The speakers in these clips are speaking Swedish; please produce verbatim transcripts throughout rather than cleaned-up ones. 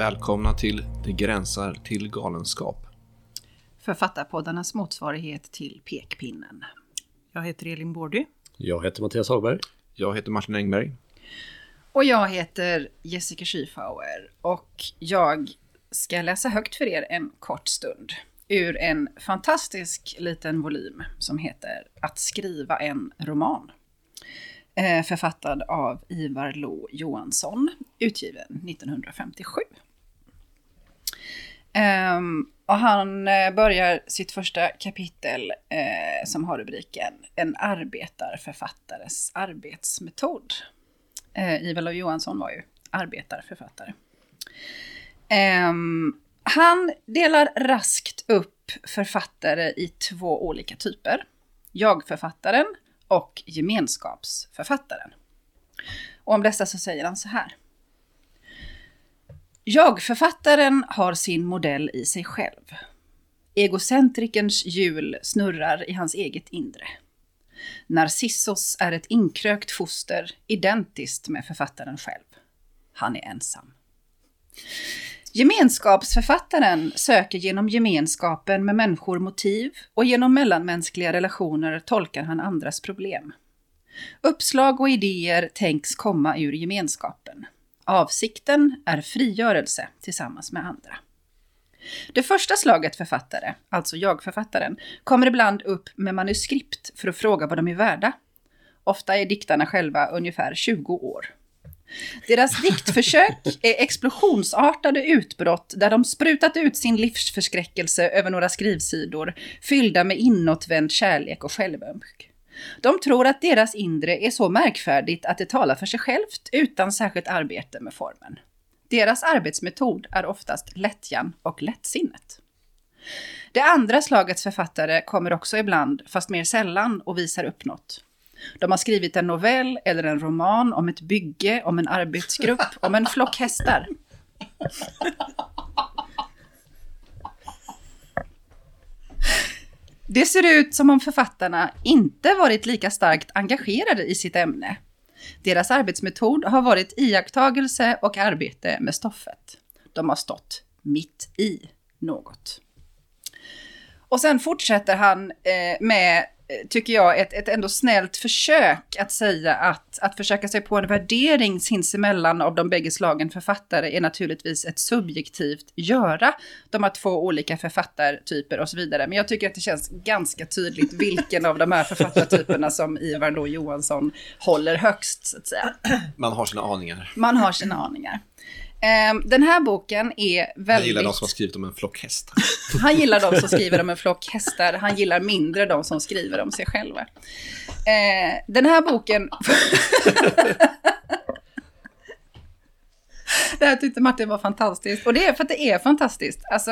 Välkomna till Det gränsar till galenskap. Författarpoddarnas motsvarighet till pekpinnen. Jag heter Elin Bordy. Jag heter Mattias Hagberg. Jag heter Martin Engberg. Och jag heter Jessica Schiefauer. Och jag ska läsa högt för er en kort stund ur en fantastisk liten volym som heter Att skriva en roman. Eh, författad av Ivar Lo-Johansson, utgiven nittonhundrafemtiosju. Um, och han börjar sitt första kapitel eh, som har rubriken En arbetarförfattares arbetsmetod. Eh, Ivar Lo-Johansson var ju arbetarförfattare. Um, han delar raskt upp författare i två olika typer. Jag-författaren och gemenskapsförfattaren. Och om dessa så säger han så här. Jag-författaren har sin modell i sig själv. Egocentrikerns hjul snurrar i hans eget inre. Narcissus är ett inkrökt foster, identiskt med författaren själv. Han är ensam. Gemenskapsförfattaren söker genom gemenskapen med människor motiv och genom mellanmänskliga relationer tolkar han andras problem. Uppslag och idéer tänks komma ur gemenskapen. Avsikten är frigörelse tillsammans med andra. Det första slaget författare, alltså jag-författaren, kommer ibland upp med manuskript för att fråga vad de är värda. Ofta är diktarna själva ungefär tjugo år. Deras diktförsök är explosionsartade utbrott där de sprutat ut sin livsförskräckelse över några skrivsidor fyllda med inåtvänd kärlek och självömsk. De tror att deras inre är så märkvärdigt att det talar för sig självt utan särskilt arbete med formen. Deras arbetsmetod är oftast lättjan och lättsinnet. Det andra slagets författare kommer också ibland, fast mer sällan, och visar upp något. De har skrivit en novell eller en roman om ett bygge, om en arbetsgrupp, om en flock hästar. Det ser ut som om författarna inte varit lika starkt engagerade i sitt ämne. Deras arbetsmetod har varit iakttagelse och arbete med stoffet. De har stått mitt i något. Och sen fortsätter han eh, med, tycker jag, ett, ett ändå snällt försök att säga att, att försöka sig på en värdering sinsemellan av de bägge slagen författare är naturligtvis ett subjektivt göra. De har två olika författartyper och så vidare. Men jag tycker att det känns ganska tydligt vilken av de här författartyperna som Ivar Lo-Johansson håller högst, så att säga. Man har sina aningar. Man har sina aningar. Den här boken är väldigt... Han gillar de som har skrivit om en flock hästar. Han gillar de som skriver om en flock hästar. Han gillar mindre de som skriver om sig själva. Den här boken... Det här tyckte Martin var fantastiskt. Och det är för att det är fantastiskt. Alltså,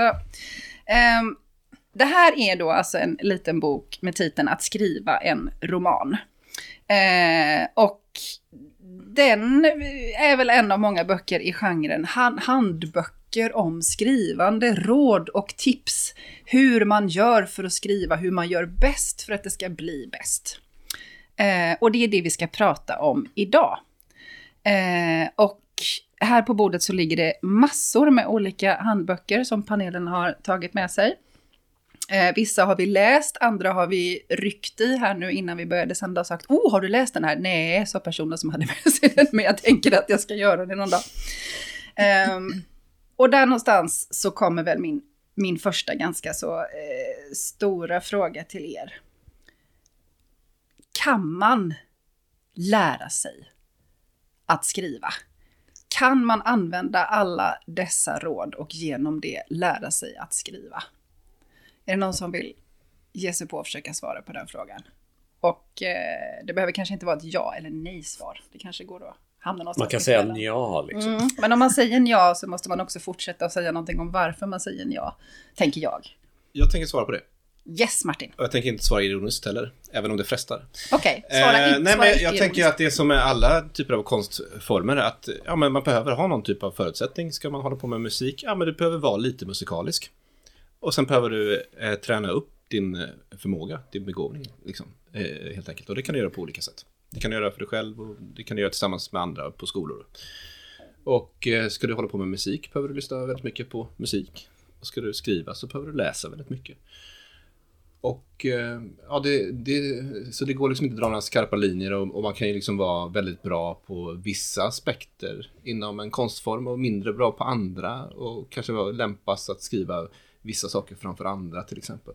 det här är då alltså en liten bok med titeln Att skriva en roman. Och... Den är väl en av många böcker i genren handböcker om skrivande, råd och tips. Hur man gör för att skriva, hur man gör bäst för att det ska bli bäst. Eh, och det är det vi ska prata om idag. Eh, och här på bordet så ligger det massor med olika handböcker som panelen har tagit med sig. Eh, vissa har vi läst, andra har vi ryckt i här nu innan vi började sända och sagt, oh, har du läst den här? Nej, sa personer som hade med sig den, men jag tänker att jag ska göra det någon dag. Eh, och där någonstans så kommer väl min, min första ganska så eh, stora fråga till er. Kan man lära sig att skriva? Kan man använda alla dessa råd och genom det lära sig att skriva? Är det någon som vill ge sig på att försöka svara på den frågan? Och eh, det behöver kanske inte vara ett ja eller nej-svar. Det kanske går att hamna någonstans. Man kan säga en ja liksom. Mm, men om man säger en ja så måste man också fortsätta att säga någonting om varför man säger en ja. Tänker jag. Jag tänker svara på det. Yes, Martin. Och jag tänker inte svara ironiskt heller, även om det frestar. Okej, okay, svara eh, inte. Nej, svara men jag tänker att det är som med alla typer av konstformer, att ja, men man behöver ha någon typ av förutsättning. Ska man hålla på med musik? Ja, men du behöver vara lite musikalisk. Och sen behöver du eh, träna upp din eh, förmåga, din begåvning, liksom, eh, helt enkelt. Och det kan du göra på olika sätt. Det kan du göra för dig själv och det kan du göra tillsammans med andra på skolor. Och eh, ska du hålla på med musik behöver du lyssna väldigt mycket på musik. Och ska du skriva så behöver du läsa väldigt mycket. Och eh, ja, det, det, så det går liksom inte att dra några skarpa linjer och, och man kan ju liksom vara väldigt bra på vissa aspekter inom en konstform och mindre bra på andra och kanske vara lämpas att skriva vissa saker framför andra till exempel.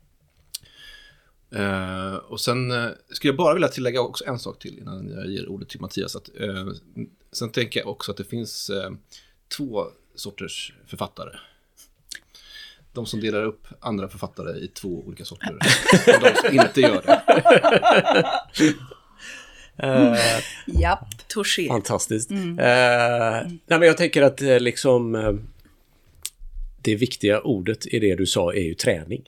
Uh, och sen uh, skulle jag bara vilja tillägga också en sak till innan jag ger ordet till Mattias. Att, uh, sen tänker jag också att det finns uh, två sorters författare. De som delar upp andra författare i två olika sorter. Och de som inte gör det. uh, Japp, touché. Fantastiskt. Mm. Uh, nej, men jag tänker att uh, liksom uh, det viktiga ordet i det du sa är ju träning.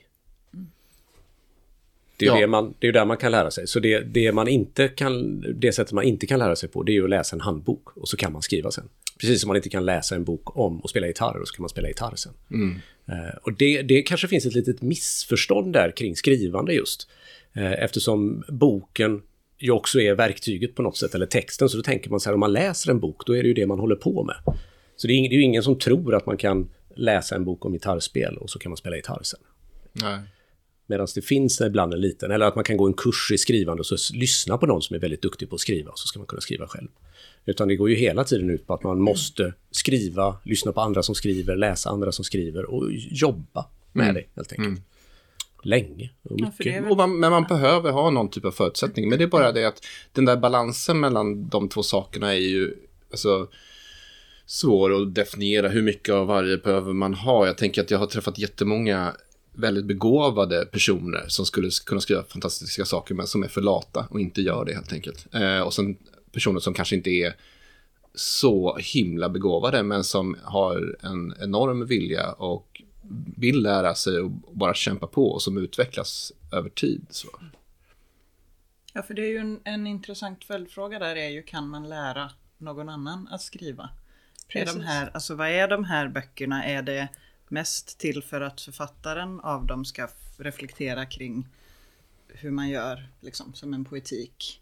Det är, ja. det, man, det är där man kan lära sig. Så det, det, man inte kan, det sättet man inte kan lära sig på, det är ju att läsa en handbok. Och så kan man skriva sen. Precis som man inte kan läsa en bok om och spela gitarr, och så kan man spela gitarr sen. Mm. Uh, och det, det kanske finns ett litet missförstånd där kring skrivande just. Uh, eftersom boken ju också är verktyget på något sätt, eller texten. Så då tänker man så här, om man läser en bok, då är det ju det man håller på med. Så det är, det är ju ingen som tror att man kan läsa en bok om gitarrspel och så kan man spela gitarr sen. Nej. Medan det finns ibland en liten, eller att man kan gå en kurs i skrivande och så lyssna på någon som är väldigt duktig på att skriva, och så ska man kunna skriva själv. Utan det går ju hela tiden ut på att man måste skriva, lyssna på andra som skriver, läsa andra som skriver och jobba med mm. det helt enkelt. Mm. Länge och mycket. Ja, och man, men man behöver ha någon typ av förutsättning. Men det är bara det att den där balansen mellan de två sakerna är ju alltså, svår att definiera. Hur mycket av varje behöver man ha? Jag tänker att jag har träffat jättemånga väldigt begåvade personer som skulle kunna skriva fantastiska saker men som är för lata och inte gör det helt enkelt. Eh, och sen personer som kanske inte är så himla begåvade men som har en enorm vilja och vill lära sig och bara kämpa på och som utvecklas över tid. Så. Ja, för det är ju en, en intressant följdfråga där är ju, kan man lära någon annan att skriva? Är de här, alltså vad är de här böckerna? Är det mest till för att författaren av dem ska reflektera kring hur man gör liksom, som en poetik?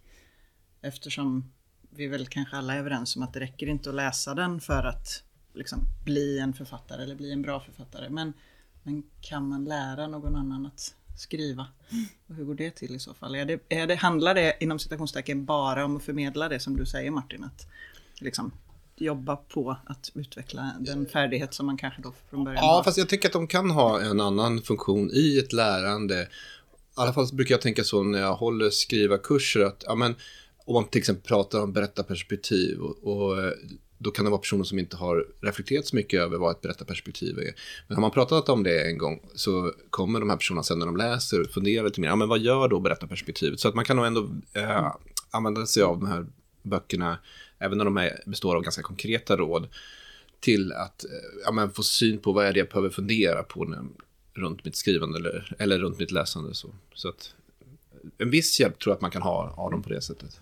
Eftersom vi väl kanske alla är överens om att det räcker inte att läsa den för att liksom, bli en författare eller bli en bra författare. Men, men kan man lära någon annan att skriva? Och hur går det till i så fall? Är det, är det, handlar det inom citationstecken bara om att förmedla det som du säger, Martin? Att liksom jobba på att utveckla den färdighet som man kanske då från början Ja, har. Fast jag tycker att de kan ha en annan funktion i ett lärande. I alla fall brukar jag tänka så när jag håller skriva kurser att ja, men, om man till exempel pratar om berättarperspektiv och, och då kan det vara personer som inte har reflekterat så mycket över vad ett berättarperspektiv är. Men har man pratat om det en gång så kommer de här personerna sen när de läser fundera lite mer. Ja, men vad gör då berättarperspektivet? Så att man kan nog ändå äh, använda sig av de här böckerna, även när de är, består av ganska konkreta råd, till att ja, men få syn på vad är det jag behöver fundera på när, runt mitt skrivande eller, eller runt mitt läsande. Så, så att en viss hjälp tror jag att man kan ha av dem på det sättet.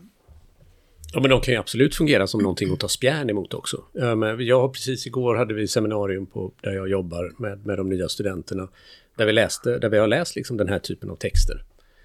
Ja, men de kan ju absolut fungera som någonting att ta spjärn emot också. Jag har precis igår hade vi seminarium på där jag jobbar med, med de nya studenterna, där vi läste, där vi har läst liksom den här typen av texter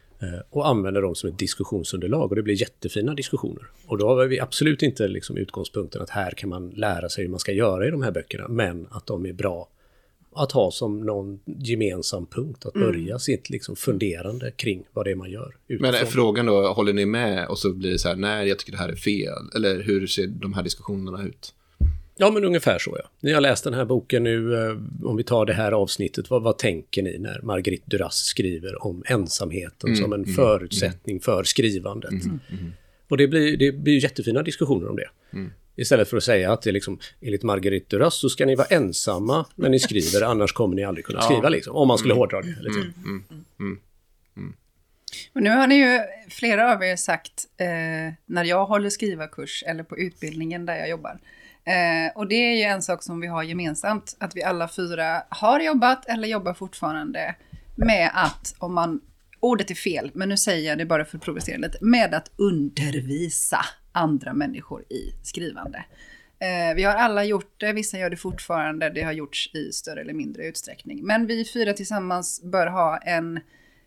och använder dem som ett diskussionsunderlag, och det blir jättefina diskussioner. Och då har vi absolut inte liksom utgångspunkten att här kan man lära sig hur man ska göra i de här böckerna, men att de är bra att ha som någon gemensam punkt att börja mm. sitt liksom funderande kring vad det är man gör. Men är frågan då, håller ni med? Och så blir det så här, nej jag tycker det här är fel. Eller hur ser de här diskussionerna ut? Ja, men ungefär så, ja. Ni har läst den här boken nu, om vi tar det här avsnittet, vad, vad tänker ni när Marguerite Duras skriver om ensamheten mm, som en mm, förutsättning mm. för skrivandet? Mm, mm. Och det blir, det blir jättefina diskussioner om det. Mm. Istället för att säga att det är liksom, enligt Marguerite Duras så ska ni vara ensamma när ni skriver, annars kommer ni aldrig kunna skriva, ja. liksom, om man skulle mm. hårdra det. Eller mm. Mm. Mm. Mm. Och nu har ni ju flera av er sagt eh, när jag håller skrivarkurs eller på utbildningen där jag jobbar. Eh, och det är ju en sak som vi har gemensamt, att vi alla fyra har jobbat eller jobbar fortfarande med att, om man, ordet är fel, men nu säger jag det bara för att provocera lite, med att undervisa andra människor i skrivande. Eh, vi har alla gjort det, vissa gör det fortfarande, det har gjorts i större eller mindre utsträckning. Men vi fyra tillsammans bör ha en,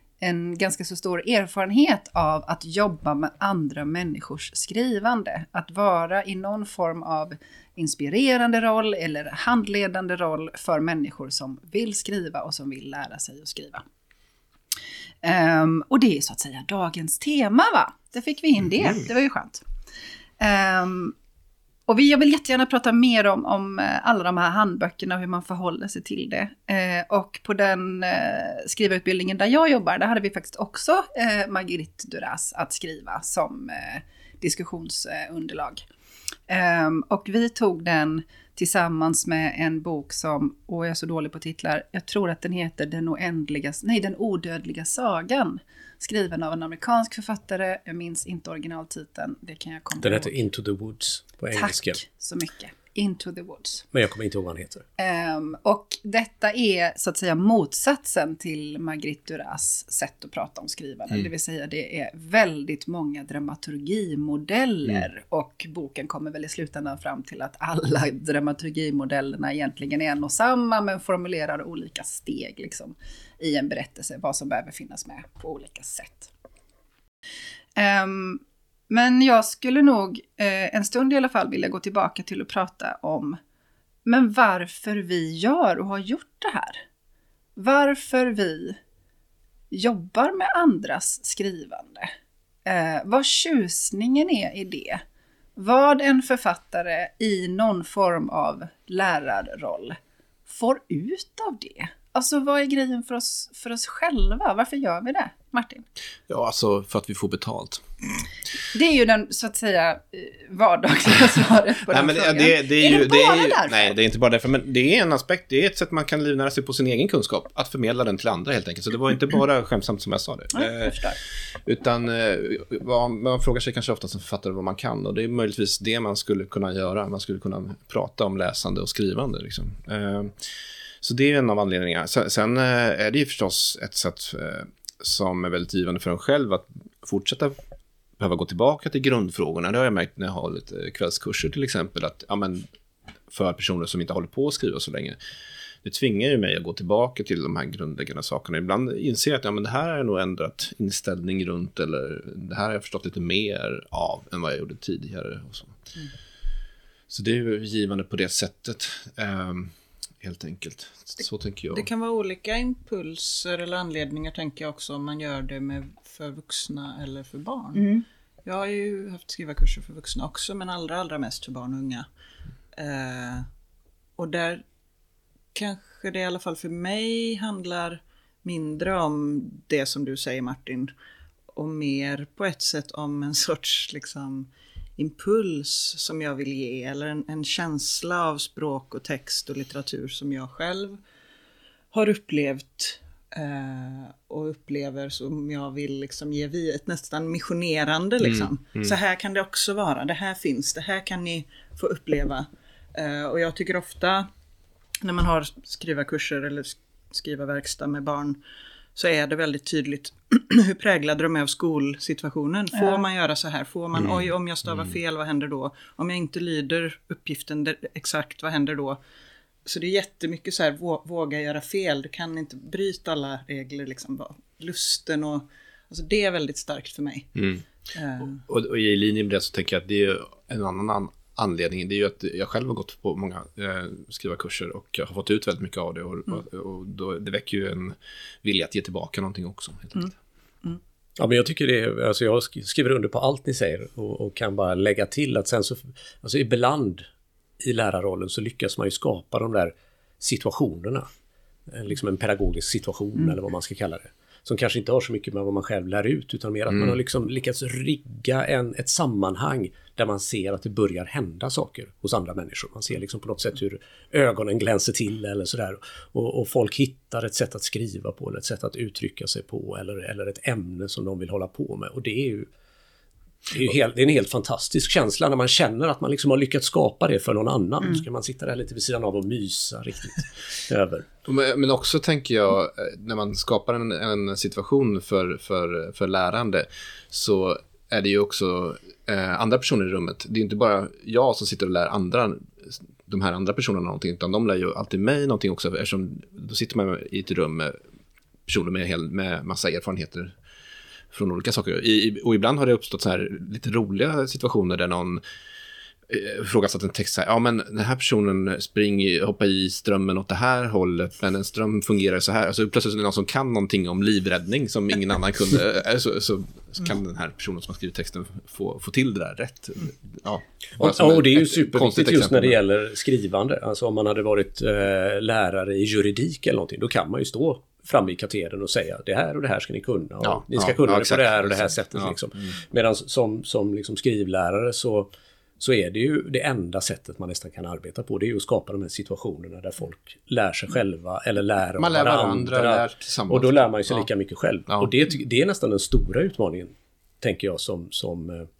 en ganska så stor erfarenhet av att jobba med andra människors skrivande. Att vara i någon form av inspirerande roll eller handledande roll för människor som vill skriva och som vill lära sig att skriva. Um, och det är så att säga dagens tema, va? Där fick vi in det, det var ju skönt. Um, och vi, jag vill jättegärna prata mer om, om alla de här handböckerna och hur man förhåller sig till det. Uh, och på den uh, skrivarutbildningen där jag jobbar, där hade vi faktiskt också uh, Marguerite Duras att skriva som uh, diskussionsunderlag. Um, och vi tog den tillsammans med en bok som, och jag är så dålig på titlar, jag tror att den heter Den oändliga, nej, Den odödliga sagan. Skriven av en amerikansk författare, jag minns inte originaltiteln, det kan jag komma Den ihåg. heter Into the Woods på engelska. Tack så mycket. Into the Woods. Men jag kommer inte ihåg vad han heter. Um, och detta är så att säga motsatsen till Marguerite Duras sätt att prata om skrivande. Mm. Det vill säga det är väldigt många dramaturgimodeller. Mm. Och boken kommer väl i slutändan fram till att alla dramaturgimodellerna egentligen är en och samma, men formulerar olika steg liksom, i en berättelse. Vad som behöver finnas med på olika sätt. Um, Men jag skulle nog eh, en stund i alla fall vilja gå tillbaka till att prata om men varför vi gör och har gjort det här. Varför vi jobbar med andras skrivande. Eh, vad tjusningen är i det. Vad en författare i någon form av lärarroll får ut av det. Alltså vad är grejen för oss, för oss själva? Varför gör vi det, Martin? Ja, alltså för att vi får betalt. Det är ju den, så att säga, vardagliga svaret på den nej, men frågan. Det, det är, är ju, det bara det är ju, därför? Nej, det är inte bara därför. Men det är en aspekt, det är ett sätt man kan livnära sig på sin egen kunskap. Att förmedla den till andra helt enkelt. Så det var inte bara skämsamt som jag sa det. Ja, jag förstår. Utan vad, man frågar sig kanske ofta som författare vad man kan. Och det är möjligtvis det man skulle kunna göra. Man skulle kunna prata om läsande och skrivande. Liksom. Så det är en av anledningarna. Sen är det ju förstås ett sätt som är väldigt givande för en själv att fortsätta behöva gå tillbaka till grundfrågorna. Det har jag märkt när jag har lite kvällskurser till exempel. Att, ja, men, för personer som inte håller på att skriva så länge. Det tvingar ju mig att gå tillbaka till de här grundläggande sakerna. Ibland inser jag att ja, men det här är nog ändrat inställning runt. Eller det här har jag förstått lite mer av än vad jag gjorde tidigare. Och så. Mm. Så det är ju givande på det sättet. Um, helt enkelt. Så det, tänker jag. Det kan vara olika impulser eller anledningar, tänker jag också, om man gör det med för vuxna eller för barn. Mm. Jag har ju haft skrivarkurser för vuxna också, men allra, allra mest för barn och unga. Eh, och där kanske det i alla fall för mig handlar mindre om det som du säger, Martin, och mer på ett sätt om en sorts liksom impuls som jag vill ge, eller en, en känsla av språk och text och litteratur som jag själv har upplevt eh, och upplever, som jag vill liksom ge vid ett nästan missionerande liksom. Mm, mm. Så här kan det också vara, det här finns, det här kan ni få uppleva. Eh, och jag tycker ofta när man har skrivarkurser eller skrivarverkstad med barn, så är det väldigt tydligt hur präglade de är av skolsituationen. Får ja. man göra så här? Får man, mm. oj, om jag stavar mm. fel, vad händer då? Om jag inte lyder uppgiften där, exakt, vad händer då? Så det är jättemycket så här, våga göra fel. Du kan inte bryta alla regler, liksom. Lusten och, alltså det är väldigt starkt för mig. Mm. Uh. Och, och i linje med det så tänker jag att det är en annan an- anledning. Det är ju att jag själv har gått på många eh, skrivarkurser och jag har fått ut väldigt mycket av det. Och, mm. och, och då, det väcker ju en vilja att ge tillbaka någonting också. Helt mm. Mm. Ja, men jag tycker det är, alltså jag skriver under på allt ni säger och, och kan bara lägga till att sen så, alltså ibland i lärarrollen så lyckas man ju skapa de där situationerna. Liksom en pedagogisk situation mm. eller vad man ska kalla det. Som kanske inte har så mycket med vad man själv lär ut, utan mer att mm. man har liksom lyckats rigga en, ett sammanhang där man ser att det börjar hända saker hos andra människor. Man ser liksom på något sätt hur ögonen glänser till eller sådär. Och, och folk hittar ett sätt att skriva på, eller ett sätt att uttrycka sig på, eller, eller ett ämne som de vill hålla på med. Och det är ju, det är ju helt, det är en helt fantastisk känsla när man känner att man liksom har lyckats skapa det för någon annan. Mm. Så kan man sitta där lite vid sidan av och mysa riktigt över. Men också tänker jag, när man skapar en, en situation för, för, för lärande, så är det ju också eh, andra personer i rummet. Det är inte bara jag som sitter och lär andra, de här andra personerna någonting, utan de lär ju alltid mig någonting också, eftersom då sitter man i ett rum med personer med, hel, med massa erfarenheter från olika saker. I, och ibland har det uppstått så här lite roliga situationer där någon ifrågasatt en text så här, ja men den här personen springer, hoppar i strömmen åt det här hållet, men en ström fungerar så här. Alltså plötsligt är det någon som kan någonting om livräddning som ingen annan kunde, så, så, så kan den här personen som har skrivit texten få, få till det där rätt. Ja, och, och det är ju superviktigt just när det gäller skrivande. Alltså om man hade varit eh, lärare i juridik eller någonting, då kan man ju stå framme i katedern och säga det här och det här ska ni kunna och ja, ni ska ja, kunna ja, det exakt, på det här och det här exakt, sättet ja, liksom. mm. Medan som, som liksom skrivlärare så, så är det ju det enda sättet man nästan kan arbeta på, det är ju att skapa de här situationerna där folk lär sig själva eller lär av man lär varandra, varandra lär tillsammans. Och då lär man ju sig ja. lika mycket själv. Ja. Och det, det är nästan den stora utmaningen, tänker jag, som, som eh,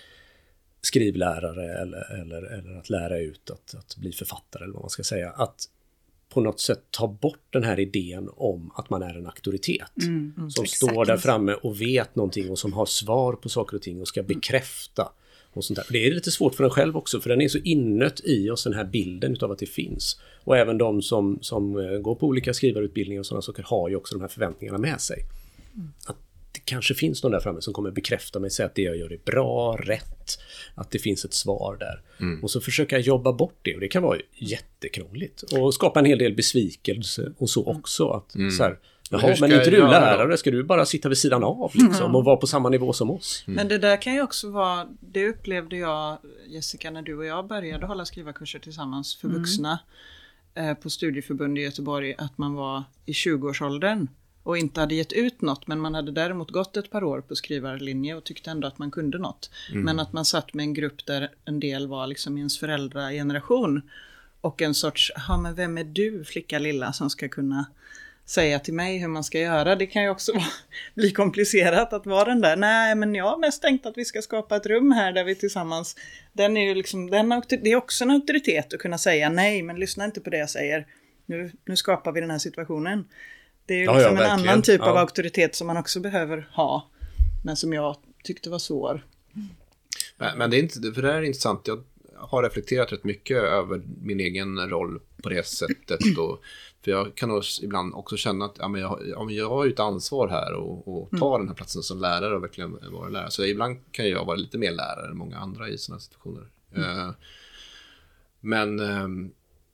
skrivlärare eller, eller, eller att lära ut att, att bli författare eller vad man ska säga, att på något sätt ta bort den här idén om att man är en auktoritet Mm, mm, som exakt. står där framme och vet någonting och som har svar på saker och ting och ska bekräfta och sånt där. Det är lite svårt för en själv också, för den är så inött i oss, den här bilden utav att det finns. Och även de som, som går på olika skrivarutbildningar och sådana saker har ju också de här förväntningarna med sig. Att det kanske finns någon där framme som kommer bekräfta mig och säga att det jag gör är bra, rätt, att det finns ett svar där. Mm. Och så försöka jobba bort det, och det kan vara jättekrångligt. Och skapa en hel del besvikelse och så också. Att, mm. så här, jaha, men inte du lärare, ska du bara sitta vid sidan av liksom, mm. och vara på samma nivå som oss? Mm. Men det där kan ju också vara, det upplevde jag, Jessica, när du och jag började hålla skrivarkurser tillsammans för vuxna mm. eh, på studieförbund i Göteborg, att man var i tjugoårsåldern och inte hade gett ut något, men man hade däremot gått ett par år på skrivarlinje och tyckte ändå att man kunde något. Mm. Men att man satt med en grupp där en del var liksom ens föräldrageneration och en sorts, ja men vem är du, flicka lilla, som ska kunna säga till mig hur man ska göra? Det kan ju också vara, bli komplicerat att vara den där. Nej, men jag har mest tänkt att vi ska skapa ett rum här där vi tillsammans, den är ju liksom, den, det är också en auktoritet att kunna säga nej, men lyssna inte på det jag säger. Nu, nu skapar vi den här situationen. Det är ju ja, liksom ja, en annan typ ja. av auktoritet som man också behöver ha, men som jag tyckte var svår. Men, men det är inte, för det här är intressant. Jag har reflekterat rätt mycket över min egen roll på det sättet. Och, för jag kan ibland också känna att ja, men jag, ja, men jag har ju ett ansvar här och, och ta mm. den här platsen som lärare och verkligen vara lärare. Så ibland kan jag vara lite mer lärare än många andra i sådana situationer. Mm. Uh, men... Um,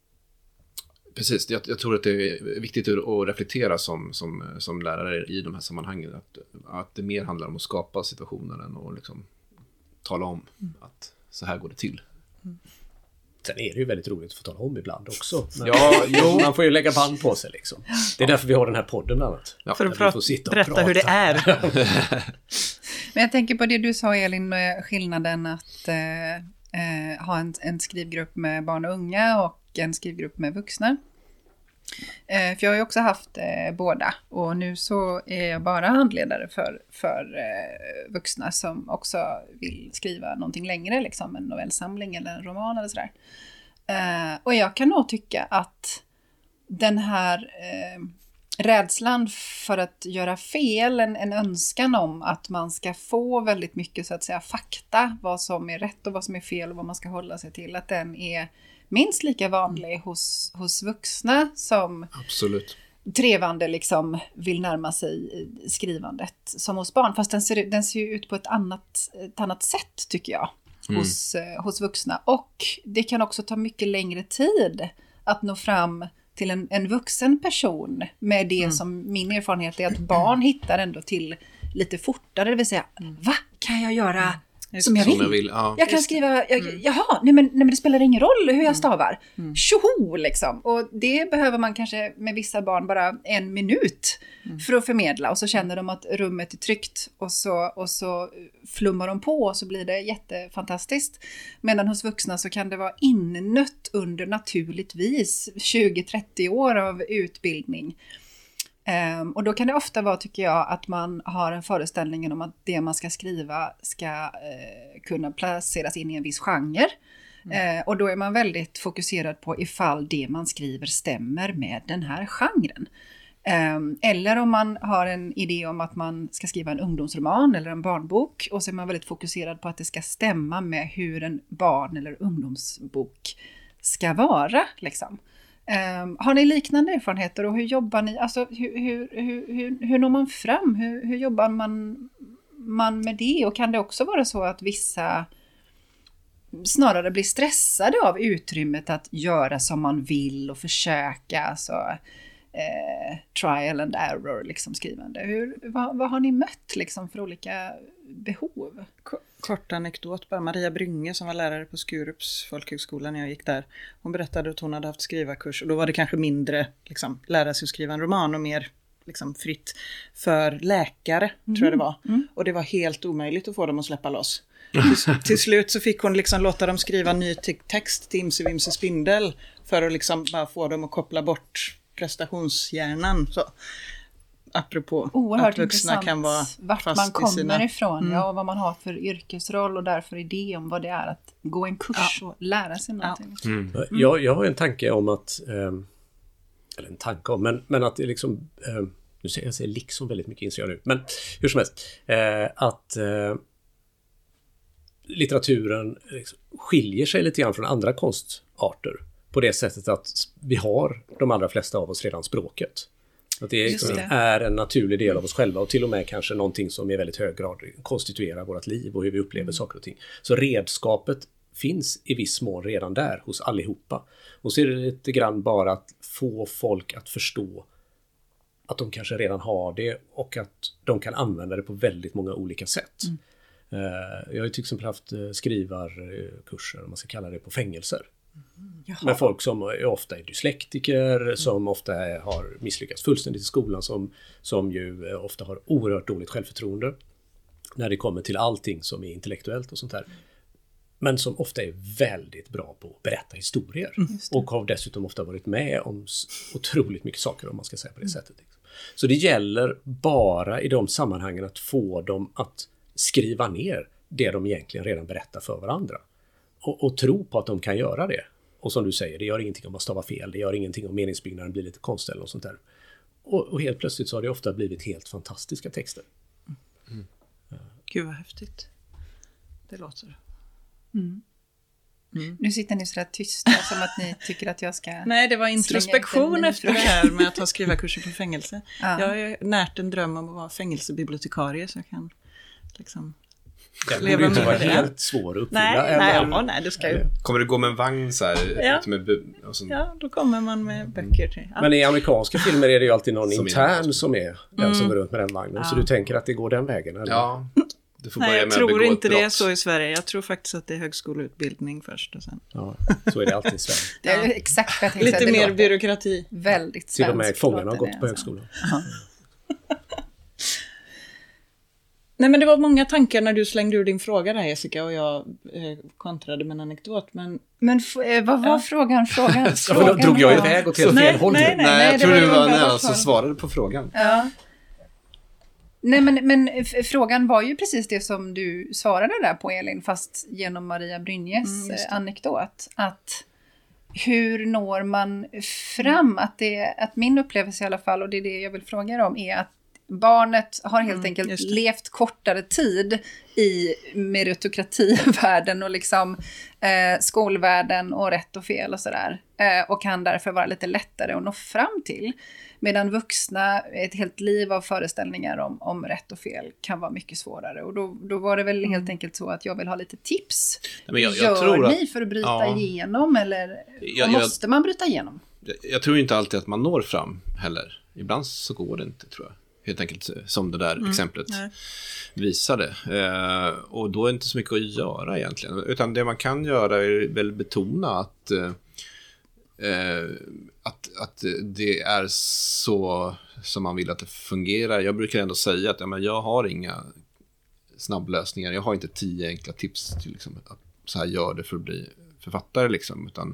Precis, jag, jag tror att det är viktigt att reflektera som, som, som lärare i de här sammanhangen. Att, att det mer handlar om att skapa situationen än att liksom tala om mm. att så här går det till. Mm. Sen är det ju väldigt roligt att få tala om ibland också. Men ja, jo. Man får ju lägga band på sig liksom. Det är därför vi har den här podden bland annat. Ja, för att prata, berätta prata. hur det är. Men jag tänker på det du sa, Elin, med skillnaden att eh, eh, ha en, en skrivgrupp med barn och unga och en skrivgrupp med vuxna. Eh, för jag har ju också haft eh, båda, och nu så är jag bara handledare för, för eh, vuxna som också vill skriva någonting längre, liksom en novellsamling eller en roman eller sådär. Eh, och jag kan nog tycka att den här eh, rädslan för att göra fel, en, en önskan om att man ska få väldigt mycket så att säga fakta, vad som är rätt och vad som är fel och vad man ska hålla sig till, att den är minst lika vanlig hos, hos vuxna som absolut trevande liksom vill närma sig skrivandet som hos barn. Fast den ser, den ser ju ut på ett annat, ett annat sätt, tycker jag, mm. hos, hos vuxna. Och det kan också ta mycket längre tid att nå fram till en, en vuxen person med det mm. som min erfarenhet är att barn hittar ändå till lite fortare. Det vill säga, mm. vad kan jag göra som jag vill? Som jag, vill. Ja. Jag kan skriva, jag, mm. jaha, nej men, nej men det spelar ingen roll hur jag stavar. Mm. Tjoho, liksom. Och det behöver man kanske med vissa barn bara en minut mm. för att förmedla. Och så känner de att rummet är tryggt. Och så, och så flummar de på och så blir det jättefantastiskt. Medan hos vuxna så kan det vara innött under naturligtvis tjugo till trettio år av utbildning. Um, och då kan det ofta vara, tycker jag, att man har en föreställning om att det man ska skriva ska uh, kunna placeras in i en viss genre. Mm. Uh, och då är man väldigt fokuserad på ifall det man skriver stämmer med den här genren. Um, eller om man har en idé om att man ska skriva en ungdomsroman eller en barnbok, och så är man väldigt fokuserad på att det ska stämma med hur en barn- eller ungdomsbok ska vara, liksom. Um, har ni liknande erfarenheter, och hur jobbar ni? Alltså hur, hur, hur, hur, hur når man fram? Hur, hur jobbar man, man med det? Och kan det också vara så att vissa snarare blir stressade av utrymmet att göra som man vill och försöka, alltså eh, trial and error liksom skrivande. Hur, vad, vad har ni mött liksom för olika behov? Kort anekdot bara. Maria Brynge som var lärare på Skurups folkhögskola när jag gick där. Hon berättade att hon hade haft skrivarkurs och då var det kanske mindre liksom, lära sig att skriva en roman och mer liksom, fritt för läkare mm. tror jag det var. Mm. Och det var helt omöjligt att få dem att släppa loss. Till, till slut så fick hon liksom låta dem skriva ny text till Imse Vimse Spindel för att liksom bara få dem att koppla bort prestationshjärnan. Så. Apropå oerhört att vuxna intressant kan vara vart fast man kommer i sina... ifrån mm. ja, och vad man har för yrkesroll och därför idé om vad det är att gå en kurs ja. och lära sig någonting. Ja. Mm. Mm. Jag, jag har en tanke om att eh, eller en tanke om, men, men att det liksom eh, nu säger jag säger liksom väldigt mycket inser jag nu, men hur som helst eh, att eh, litteraturen liksom skiljer sig lite grann från andra konstarter på det sättet att vi har de allra flesta av oss redan språket. Att det, liksom det är en naturlig del av oss själva och till och med kanske någonting som i väldigt hög grad konstituerar vårt liv och hur vi upplever mm. saker och ting. Så redskapet finns i viss mån redan där hos allihopa. Och så är det lite grann bara att få folk att förstå att de kanske redan har det och att de kan använda det på väldigt många olika sätt. Mm. Jag har ju till exempel haft skrivarkurser, om man ska kalla det, på fängelser. Mm. Med folk som ofta är dyslektiker, mm. som ofta är, har misslyckats fullständigt i skolan, som, som ju ofta har oerhört dåligt självförtroende när det kommer till allting som är intellektuellt och sånt där. Men som ofta är väldigt bra på att berätta historier. Mm. Och har dessutom ofta varit med om otroligt mycket saker, om man ska säga på det mm. sättet. Så det gäller bara i de sammanhangen att få dem att skriva ner det de egentligen redan berättar för varandra. Och, och tro på att de kan göra det. Och som du säger, det gör ingenting om man stavar fel. Det gör ingenting om meningsbyggnaden blir lite konstig eller något sånt där. Och, och helt plötsligt så har det ofta blivit helt fantastiska texter. Mm. Ja. Gud vad häftigt. Det låter. Mm. Mm. Nu sitter ni så där tysta som att ni tycker att jag ska... Nej, det var introspektion efter det här med att ha skrivarkurser på fängelse. Ja. Jag har närt en dröm om att vara fängelsebibliotekarie så jag kan liksom... Det borde inte vara helt svår att uppfylla. Nej, nej, ja, nej, du ska ju... Kommer du gå med en vagn så här? Ja, med och så... ja då kommer man med böcker till. Ja. Men i amerikanska filmer är det ju alltid någon som intern är som är den mm. som går runt med den vagnen. Ja. Så du tänker att det går den vägen? Eller? Ja, du får nej, börja jag med tror inte det är så i Sverige. Jag tror faktiskt att det är högskoleutbildning först och sen. Ja, så är det alltid i Sverige. Det är exakt vad jag tänkte. Lite mer byråkrati. Väldigt svenskt. Till och med fångarna har gått på högskolan. Nej, men det var många tankar när du slängde ur din fråga där, Jessica, och jag eh, kontrade med en anekdot, men... Men f- eh, vad var ja. frågan? Frågan, frågan ja, då drog jag iväg och till fel nej, håll. Nej, nej, nej, nej, jag tror det var när jag som svarade på frågan. Ja. Nej, men, men f- frågan var ju precis det som du svarade där på, Elin, fast genom Maria Brynjes mm, anekdot. Att hur når man fram? Att, det, att min upplevelse i alla fall, och det är det jag vill fråga om, är att barnet har helt mm, enkelt levt kortare tid i meritokrativärlden och liksom eh, skolvärlden och rätt och fel och sådär. Eh, och kan därför vara lite lättare att nå fram till. Medan vuxna, ett helt liv av föreställningar om, om rätt och fel kan vara mycket svårare. Och då, då var det väl mm. helt enkelt så att jag vill ha lite tips. Nej, men jag, jag Gör tror ni att, för att bryta ja, igenom? Eller jag, måste man bryta igenom? Jag, jag tror inte alltid att man når fram heller. Ibland så går det inte, tror jag. Helt enkelt som det där mm, exemplet nej. visade. Eh, och då är det inte så mycket att göra egentligen. Utan det man kan göra är väl betona att, eh, att, att det är så som man vill att det fungerar. Jag brukar ändå säga att ja, men jag har inga snabblösningar. Jag har inte tio enkla tips till liksom, att så här gör det för att bli författare. Liksom, utan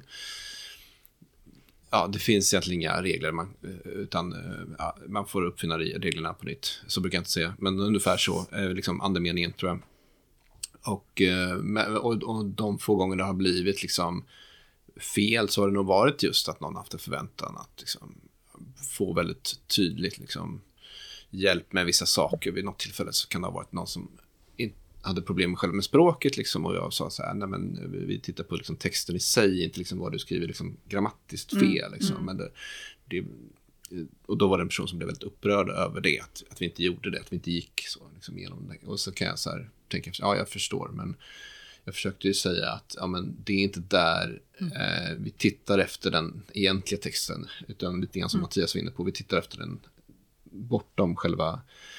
ja, det finns egentligen inga regler, man, utan ja, man får uppfinna reglerna på nytt. Så brukar jag inte säga, men ungefär så är liksom andemeningen, tror jag. Och, och, och de få gånger det har blivit liksom fel så har det nog varit just att någon haft en förväntan att liksom få väldigt tydligt liksom hjälp med vissa saker. Vid något tillfälle så kan det ha varit någon som hade problem själv med språket liksom, och jag sa så här, nej men vi tittar på liksom texten i sig, inte liksom vad du skriver liksom grammatiskt fel liksom, mm. men det, det, och då var det en person som blev väldigt upprörd över det, att, att vi inte gjorde det, att vi inte gick så liksom igenom det, och så kan jag så här tänka, ja jag förstår, men jag försökte ju säga att ja, men det är inte där mm. eh, vi tittar efter den egentliga texten, utan lite grann som mm. Mattias var inne på, vi tittar efter den bortom själva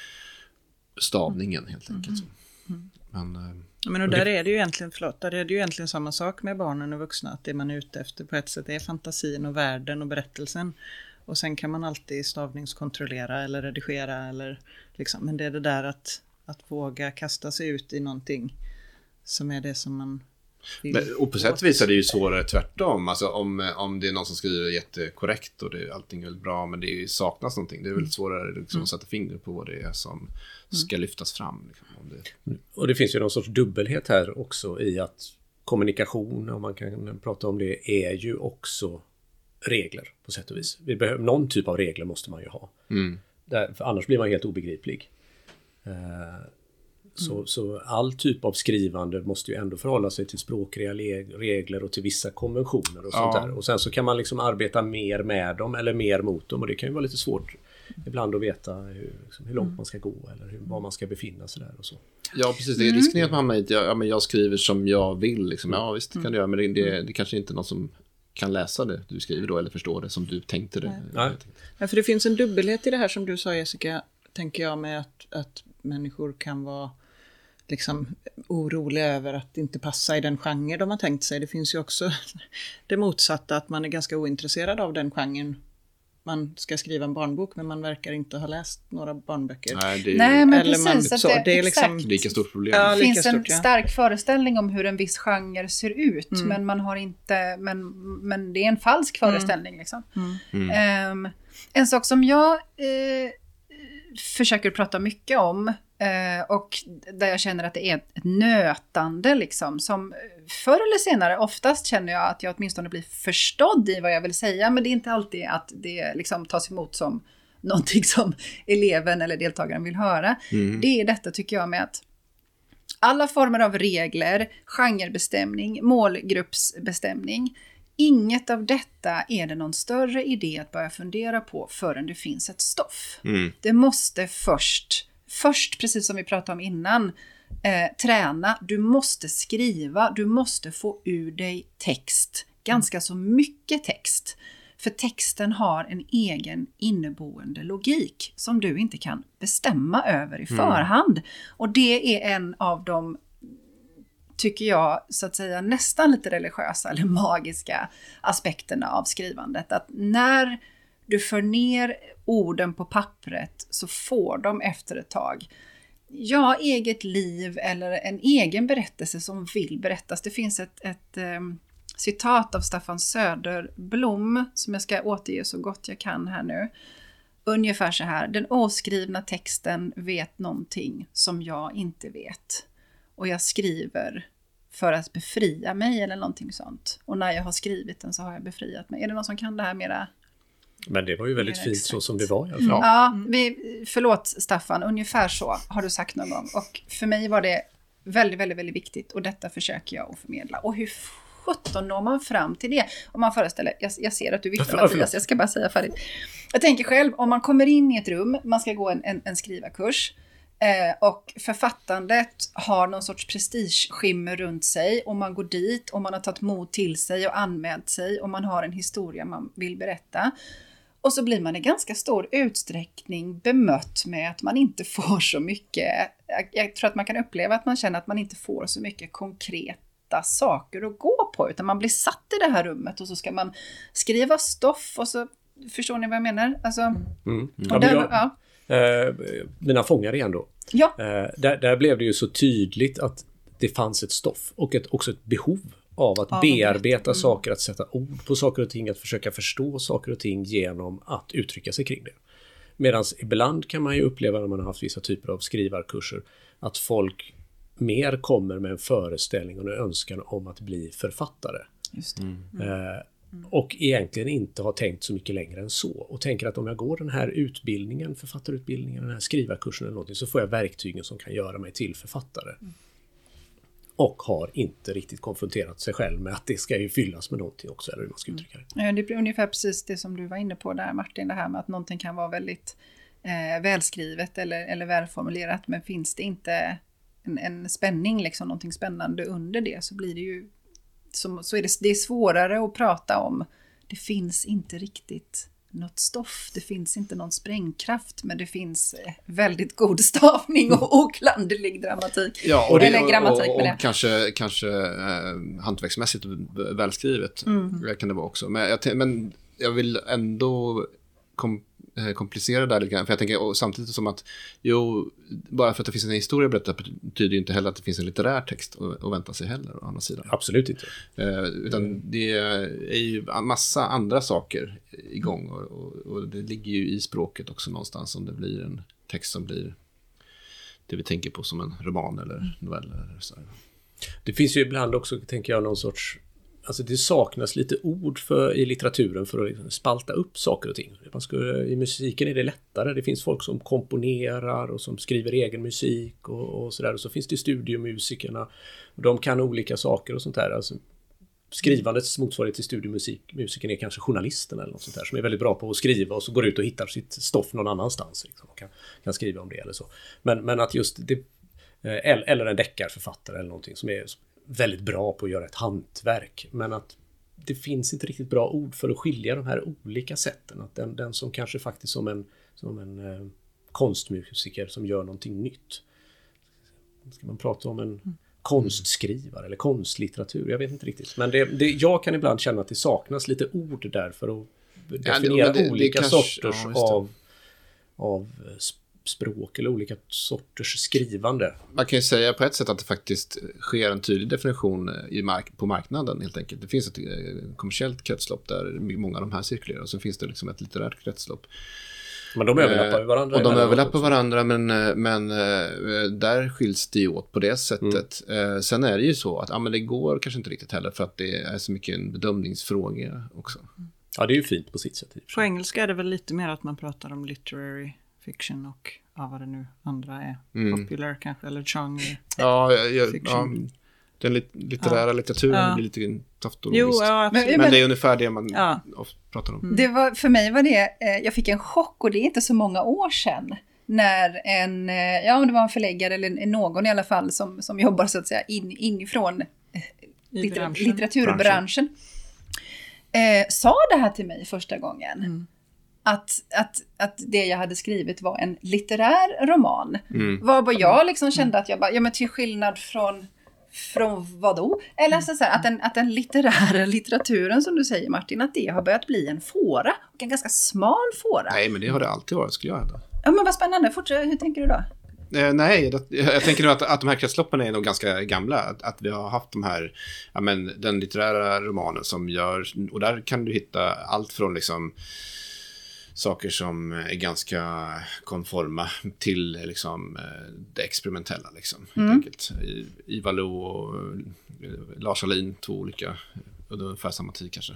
stavningen mm. helt enkelt. Mm. Men, eh, ja, men och där är det ju egentligen, förlåt, där är det ju egentligen samma sak med barnen och vuxna, att det man är ute efter på ett sätt är fantasin och världen och berättelsen. Och sen kan man alltid stavningskontrollera eller redigera eller liksom, men det är det där att, att våga kasta sig ut i någonting som är det som man vill. Men, och på sätt vis är det ju svårare tvärtom. Alltså om, om det är någon som skriver jättekorrekt och det, allting är väldigt bra, men det saknas någonting. Det är väldigt svårare liksom, att sätta fingret på vad det är som ska lyftas fram. Liksom, om det... Och det finns ju någon sorts dubbelhet här också i att kommunikation, om man kan prata om det, är ju också regler på sätt och vis. Vi behöver, någon typ av regler måste man ju ha. Mm. Där, för annars blir man helt obegriplig. Uh, så, mm. så all typ av skrivande måste ju ändå förhålla sig till språkliga regler och till vissa konventioner och sånt ja. där. Och sen så kan man liksom arbeta mer med dem eller mer mot dem, och det kan ju vara lite svårt ibland att veta hur, liksom, hur långt mm. man ska gå eller hur, var man ska befinna sig där och så. Ja, precis. Det är risken att man hamnar i att jag, ja, men jag skriver som jag vill. Liksom. Ja, visst kan mm. du göra, men det, det, det kanske inte är någon som kan läsa det du skriver då eller förstå det som du tänkte det. Nej. Ja, för det finns en dubbelhet i det här som du sa, Jessica, tänker jag, med att, att människor kan vara liksom oroliga över att inte passa i den genre de har tänkt sig. Det finns ju också det motsatta, att man är ganska ointresserad av den genren. Man ska skriva en barnbok, men man verkar inte ha läst några barnböcker. Nej, det är, Nej men eller precis. Man, så, det, det är liksom lika stort problem. Ja, det finns stort, en ja. stark föreställning om hur en viss genre ser ut, mm. men man har inte, men, men det är en falsk föreställning mm. liksom. Mm. Mm. Um, en sak som jag uh, försöker prata mycket om, Uh, och där jag känner att det är ett, ett nötande liksom, som förr eller senare, oftast känner jag att jag åtminstone blir förstådd i vad jag vill säga, men det är inte alltid att det liksom tas emot som någonting som eleven eller deltagaren vill höra. Mm. Det är detta, tycker jag, med att alla former av regler, genrebestämning, målgruppsbestämning, inget av detta är det någon större idé att börja fundera på förrän det finns ett stoff. Mm. Det måste först Först, precis som vi pratade om innan, eh, träna. Du måste skriva, du måste få ur dig text. Ganska så mycket text. För texten har en egen inneboende logik som du inte kan bestämma över i förhand. Mm. Och det är en av de, tycker jag, så att säga nästan lite religiösa eller magiska aspekterna av skrivandet. Att när du för ner orden på pappret så får de efter ett tag, ja, eget liv eller en egen berättelse som vill berättas. Det finns ett, ett um, citat av Staffan Söderblom som jag ska återge så gott jag kan här nu. Ungefär så här: den oskrivna texten vet någonting som jag inte vet. Och jag skriver för att befria mig eller någonting sånt. Och när jag har skrivit den så har jag befriat mig. Är det någon som kan det här mera? Men det var ju väldigt fint exakt. Så som det var i alla fall. Mm. Ja, vi, förlåt Staffan, ungefär så har du sagt någon gång. Och för mig var det väldigt, väldigt, väldigt viktigt. Och detta försöker jag att förmedla. Och hur sjutton når man fram till det? Om man föreställer, jag, jag ser att du viftar Mattias, jag ska bara säga färdigt. Jag tänker själv, om man kommer in i ett rum, man ska gå en, en, en skrivarkurs. Eh, och författandet har någon sorts prestigeskimmer runt sig. Och man går dit och man har tagit mod till sig och anmält sig. Och man har en historia man vill berätta. Och så blir man i ganska stor utsträckning bemött med att man inte får så mycket. Jag, jag tror att man kan uppleva att man känner att man inte får så mycket konkreta saker att gå på. Utan man blir satt i det här rummet och så ska man skriva stoff. Och så, förstår ni vad jag menar? Alltså, mm. Mm. Och där, ja, ja. Eh, mina fångar igen då. Ja. Eh, där, där blev det ju så tydligt att det fanns ett stoff och ett, också ett behov av att ja, bearbeta mm. saker, att sätta ord på saker och ting, att försöka förstå saker och ting genom att uttrycka sig kring det. Medan ibland kan man ju uppleva när man har haft vissa typer av skrivarkurser att folk mer kommer med en föreställning och en önskan om att bli författare. Just det. Mm. Eh, och egentligen inte har tänkt så mycket längre än så. Och tänker att om jag går den här utbildningen, författarutbildningen, den här skrivarkursen eller någonting, så får jag verktygen som kan göra mig till författare. Mm. Och har inte riktigt konfronterat sig själv med att det ska ju fyllas med någonting också, eller hur man ska uttrycka det. Mm. Ja, det är ungefär precis det som du var inne på där, Martin, det här med att någonting kan vara väldigt eh, välskrivet eller, eller välformulerat, men finns det inte en, en spänning, liksom, någonting spännande under det, så blir det ju så, så är det, det är svårare att prata om. Det finns inte riktigt något stoff, det finns inte någon sprängkraft, men det finns väldigt god stavning och oklanderlig dramatik. Ja, och, det, Eller grammatik och, och, med det. och kanske, kanske eh, hantverksmässigt välskrivet mm. kan det vara också. Men jag, men jag vill ändå kom, eh, komplicera där lite grann, för jag tänker och samtidigt som att jo, bara för att det finns en historia berättad betyder ju inte heller att det finns en litterär text att, att vänta sig heller å andra sidan. Absolut inte. Eh, utan det är ju massa andra saker igång och, och, och det ligger ju i språket också någonstans om det blir en text som blir det vi tänker på som en roman eller novell eller så. Det finns ju ibland också, tänker jag, någon sorts, alltså det saknas lite ord för, i litteraturen för att liksom spalta upp saker och ting. Man skulle, i musiken är det lättare. Det finns folk som komponerar och som skriver egen musik och, och sådär. Och så finns det studiomusikerna. De kan olika saker och sånt där. Alltså, skrivandets motsvarighet till studiomusiken är kanske journalisten eller något sånt där, som är väldigt bra på att skriva och så går ut och hittar sitt stoff någon annanstans liksom, och kan, kan skriva om det eller så. Men, men att just det, eller en deckarförfattare eller någonting som är väldigt bra på att göra ett hantverk, men att det finns inte riktigt bra ord för att skilja de här olika sätten. Att den, den som kanske faktiskt som en, som en eh, konstmusiker som gör någonting nytt. Ska man prata om en mm. konstskrivare eller konstlitteratur? Jag vet inte riktigt. Men det, det, jag kan ibland känna att det saknas lite ord där för att definiera ja, det, det, olika det kanske, sorters ja, av, av språk eller olika sorters skrivande. Man kan ju säga på ett sätt att det faktiskt sker en tydlig definition i mark- på marknaden helt enkelt. Det finns ett kommersiellt kretslopp där många av de här cirkulerar och så finns det liksom ett litterärt kretslopp. Men de överlappar ju varandra. Och de överlappar varandra, men, men där skiljs det ju åt på det sättet. Mm. Sen är det ju så att ja, men det går kanske inte riktigt heller för att det är så mycket en bedömningsfråga också. Ja, det är ju fint på sitt sätt. På engelska är det väl lite mer att man pratar om literary fiction och ja, vad det nu andra är. Mm. Popular kanske, eller genre. Ja, ja, ja den lit- litterära ja. litteraturen ja. blir lite taftologiskt. Ja, men, men det är ungefär det man ja. pratar om. Mm. Det var, för mig var det, eh, jag fick en chock och det är inte så många år sedan. När en, eh, ja det var en förläggare eller någon i alla fall som, som jobbar så att säga in, inifrån eh, litter- litteraturbranschen. Eh, sa det här till mig första gången. Mm. Att, att, att det jag hade skrivit var en litterär roman. Mm. Var vad jag liksom kände att jag bara, ja men till skillnad från, från vad då? Eller så, så här, att, den, att den litterära litteraturen som du säger Martin, att det har börjat bli en fåra. Och en ganska smal fåra. Nej men det har det alltid varit, skulle jag hävda. Ja men vad spännande, fortsätt, hur tänker du då? Eh, nej, det, jag tänker nog att, att de här kretsloppen är nog ganska gamla. Att, att vi har haft de här, ja men den litterära romanen som gör, och där kan du hitta allt från liksom saker som är ganska konforma till liksom det experimentella liksom, helt mm. enkelt. Ivar Lo och Lars Ahlin, två olika, ungefär samma tid kanske.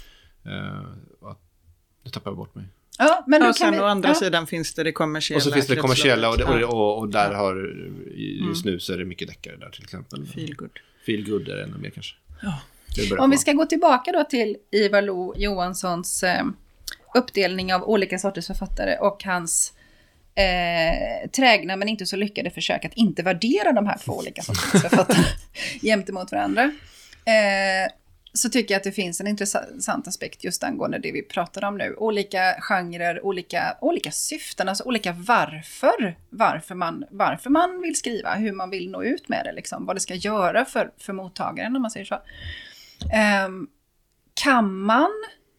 Uh, nu tappar jag bort mig. Ja, men och sen vi, å andra ja. sidan finns det det kommersiella. Och så finns det det kommersiella och, det, och, och, och där ja. har just nu så är det mycket deckare där till exempel. Feel good. Feel good är det ännu mer kanske. Ja. Om vi ska gå tillbaka då till Ivar Lo Johanssons eh, uppdelning av olika sorters författare och hans eh, trägna men inte så lyckade försök att inte värdera de här två olika sorters författare gentemot varandra. Eh, så tycker jag att det finns en intressant aspekt just angående det vi pratar om nu. Olika genrer, olika, olika syften, alltså olika varför, varför man, varför man vill skriva, hur man vill nå ut med det, liksom, vad det ska göra för, för mottagaren om man säger så. Eh, kan man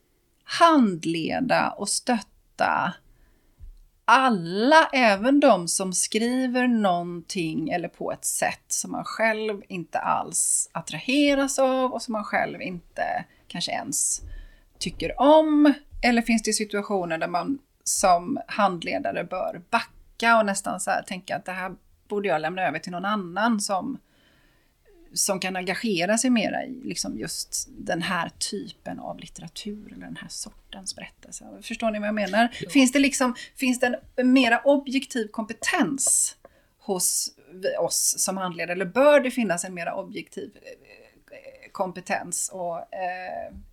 handleda och stötta alla, även de som skriver någonting eller på ett sätt som man själv inte alls attraheras av och som man själv inte kanske ens tycker om? Eller finns det situationer där man som handledare bör backa och nästan så här tänka att det här borde jag lämna över till någon annan som som kan engagera sig mera i liksom just den här typen av litteratur eller den här sortens berättelse. Förstår ni vad jag menar? Ja. Finns det liksom, finns det en mera objektiv kompetens hos oss som handledare, eller bör det finnas en mera objektiv kompetens? Och eh,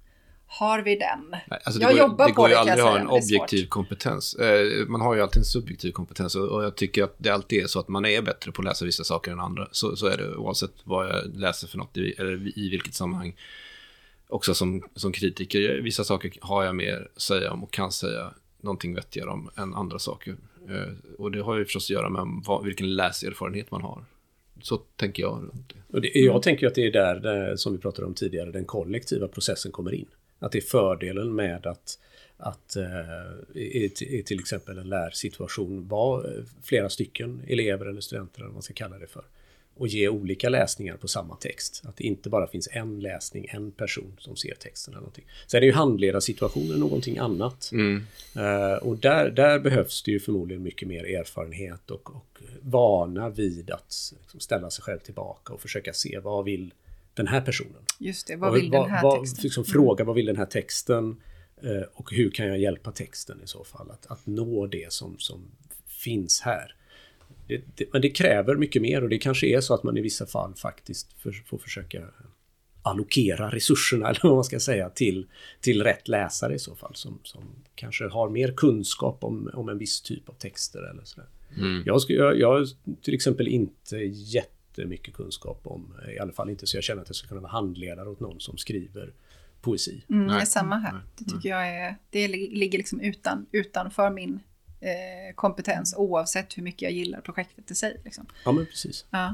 har vi den? Nej, alltså jag går, jobbar det på går det, ju aldrig kan att jag ha en säga, objektiv kompetens. Eh, man har ju alltid en subjektiv kompetens och, och jag tycker att det alltid är så att man är bättre på att läsa vissa saker än andra. Så, så är det oavsett vad jag läser för något i, eller i vilket sammanhang. Också som, som kritiker, vissa saker har jag mer att säga om och kan säga någonting vettigare om än andra saker. Eh, och det har ju förstås att göra med vad, vilken läserfarenhet man har. Så tänker jag. Och det, jag tänker att det är där, där, som vi pratade om tidigare, den kollektiva processen kommer in. Att det är fördelen med att, att eh, i, i till exempel en lärsituation vara flera stycken elever eller studenter, eller vad man ska kalla det för. Och ge olika läsningar på samma text. Att det inte bara finns en läsning, en person som ser texten eller någonting. Sen är det ju handledarsituationen någonting annat. Mm. Uh, och där, där behövs det ju förmodligen mycket mer erfarenhet och, och vana vid att liksom, ställa sig själv tillbaka och försöka se vad vill den här personen. Just det, vad vill och, den här vad, texten? Liksom, mm. Fråga vad vill den här texten uh, och hur kan jag hjälpa texten i så fall att, att nå det som, som finns här. Det, det, men det kräver mycket mer och det kanske är så att man i vissa fall faktiskt för, får försöka allokera resurserna eller vad man ska säga till, till rätt läsare i så fall som, som kanske har mer kunskap om, om en viss typ av texter eller sådär. Mm. Jag, ska, jag, jag har till exempel inte jättemycket kunskap om, i alla fall inte så jag känner att jag ska kunna vara handledare åt någon som skriver poesi. Mm, det är samma här. Det tycker jag är, det ligger liksom utan, utanför min Eh, kompetens oavsett hur mycket jag gillar projektet i sig. Liksom. Ja, men precis. Ja.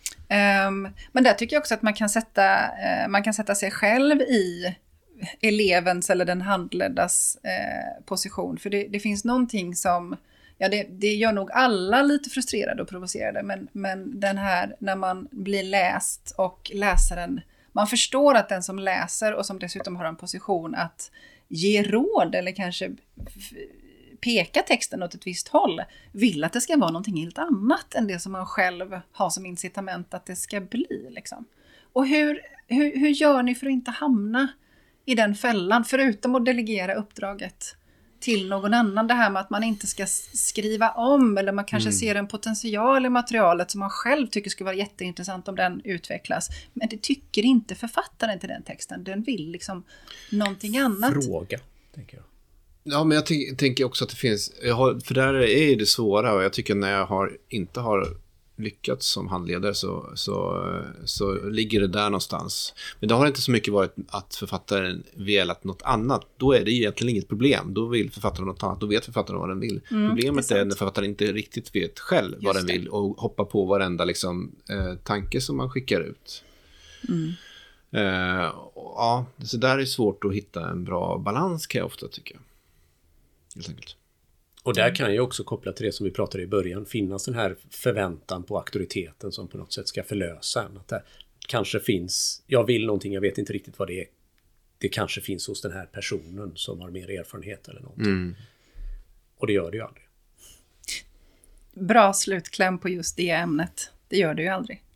Um, men där tycker jag också att man kan sätta, uh, man kan sätta sig själv i elevens eller den handleddas uh, position. För det, det finns någonting som, ja det, det gör nog alla lite frustrerade och provocerade. Men, men den här, när man blir läst och läsaren, man förstår att den som läser och som dessutom har en position att ge råd eller kanske f- peka texten åt ett visst håll, vill att det ska vara någonting helt annat än det som man själv har som incitament att det ska bli. Liksom. Och hur, hur, hur gör ni för att inte hamna i den fällan, förutom att delegera uppdraget till någon annan? Det här med att man inte ska skriva om, eller man kanske mm. ser en potential i materialet som man själv tycker skulle vara jätteintressant om den utvecklas. Men det tycker inte författaren till den texten. Den vill liksom någonting annat. Fråga, tänker jag. Ja, men jag t- tänker också att det finns, jag har, för där är det svåra och jag tycker när jag har, inte har lyckats som handledare så, så, så ligger det där någonstans. Men det har inte så mycket varit att författaren velat något annat. Då är det egentligen inget problem. Då vill författaren något annat. Då vet författaren vad den vill. Mm, Problemet är, är när författaren inte riktigt vet själv vad Just den vill och hoppar på varenda liksom, eh, tanke som man skickar ut. Mm. Eh, ja, så där är svårt att hitta en bra balans kan jag ofta tycka. Helt enkelt. Och där kan jag också koppla till det som vi pratade i början, finnas den här förväntan på auktoriteten som på något sätt ska förlösa en. Att det kanske finns, jag vill någonting, jag vet inte riktigt vad det är. Det kanske finns hos den här personen som har mer erfarenhet eller någonting. Mm. Och det gör det ju aldrig. Bra slutkläm på just det ämnet. Det gör det ju aldrig.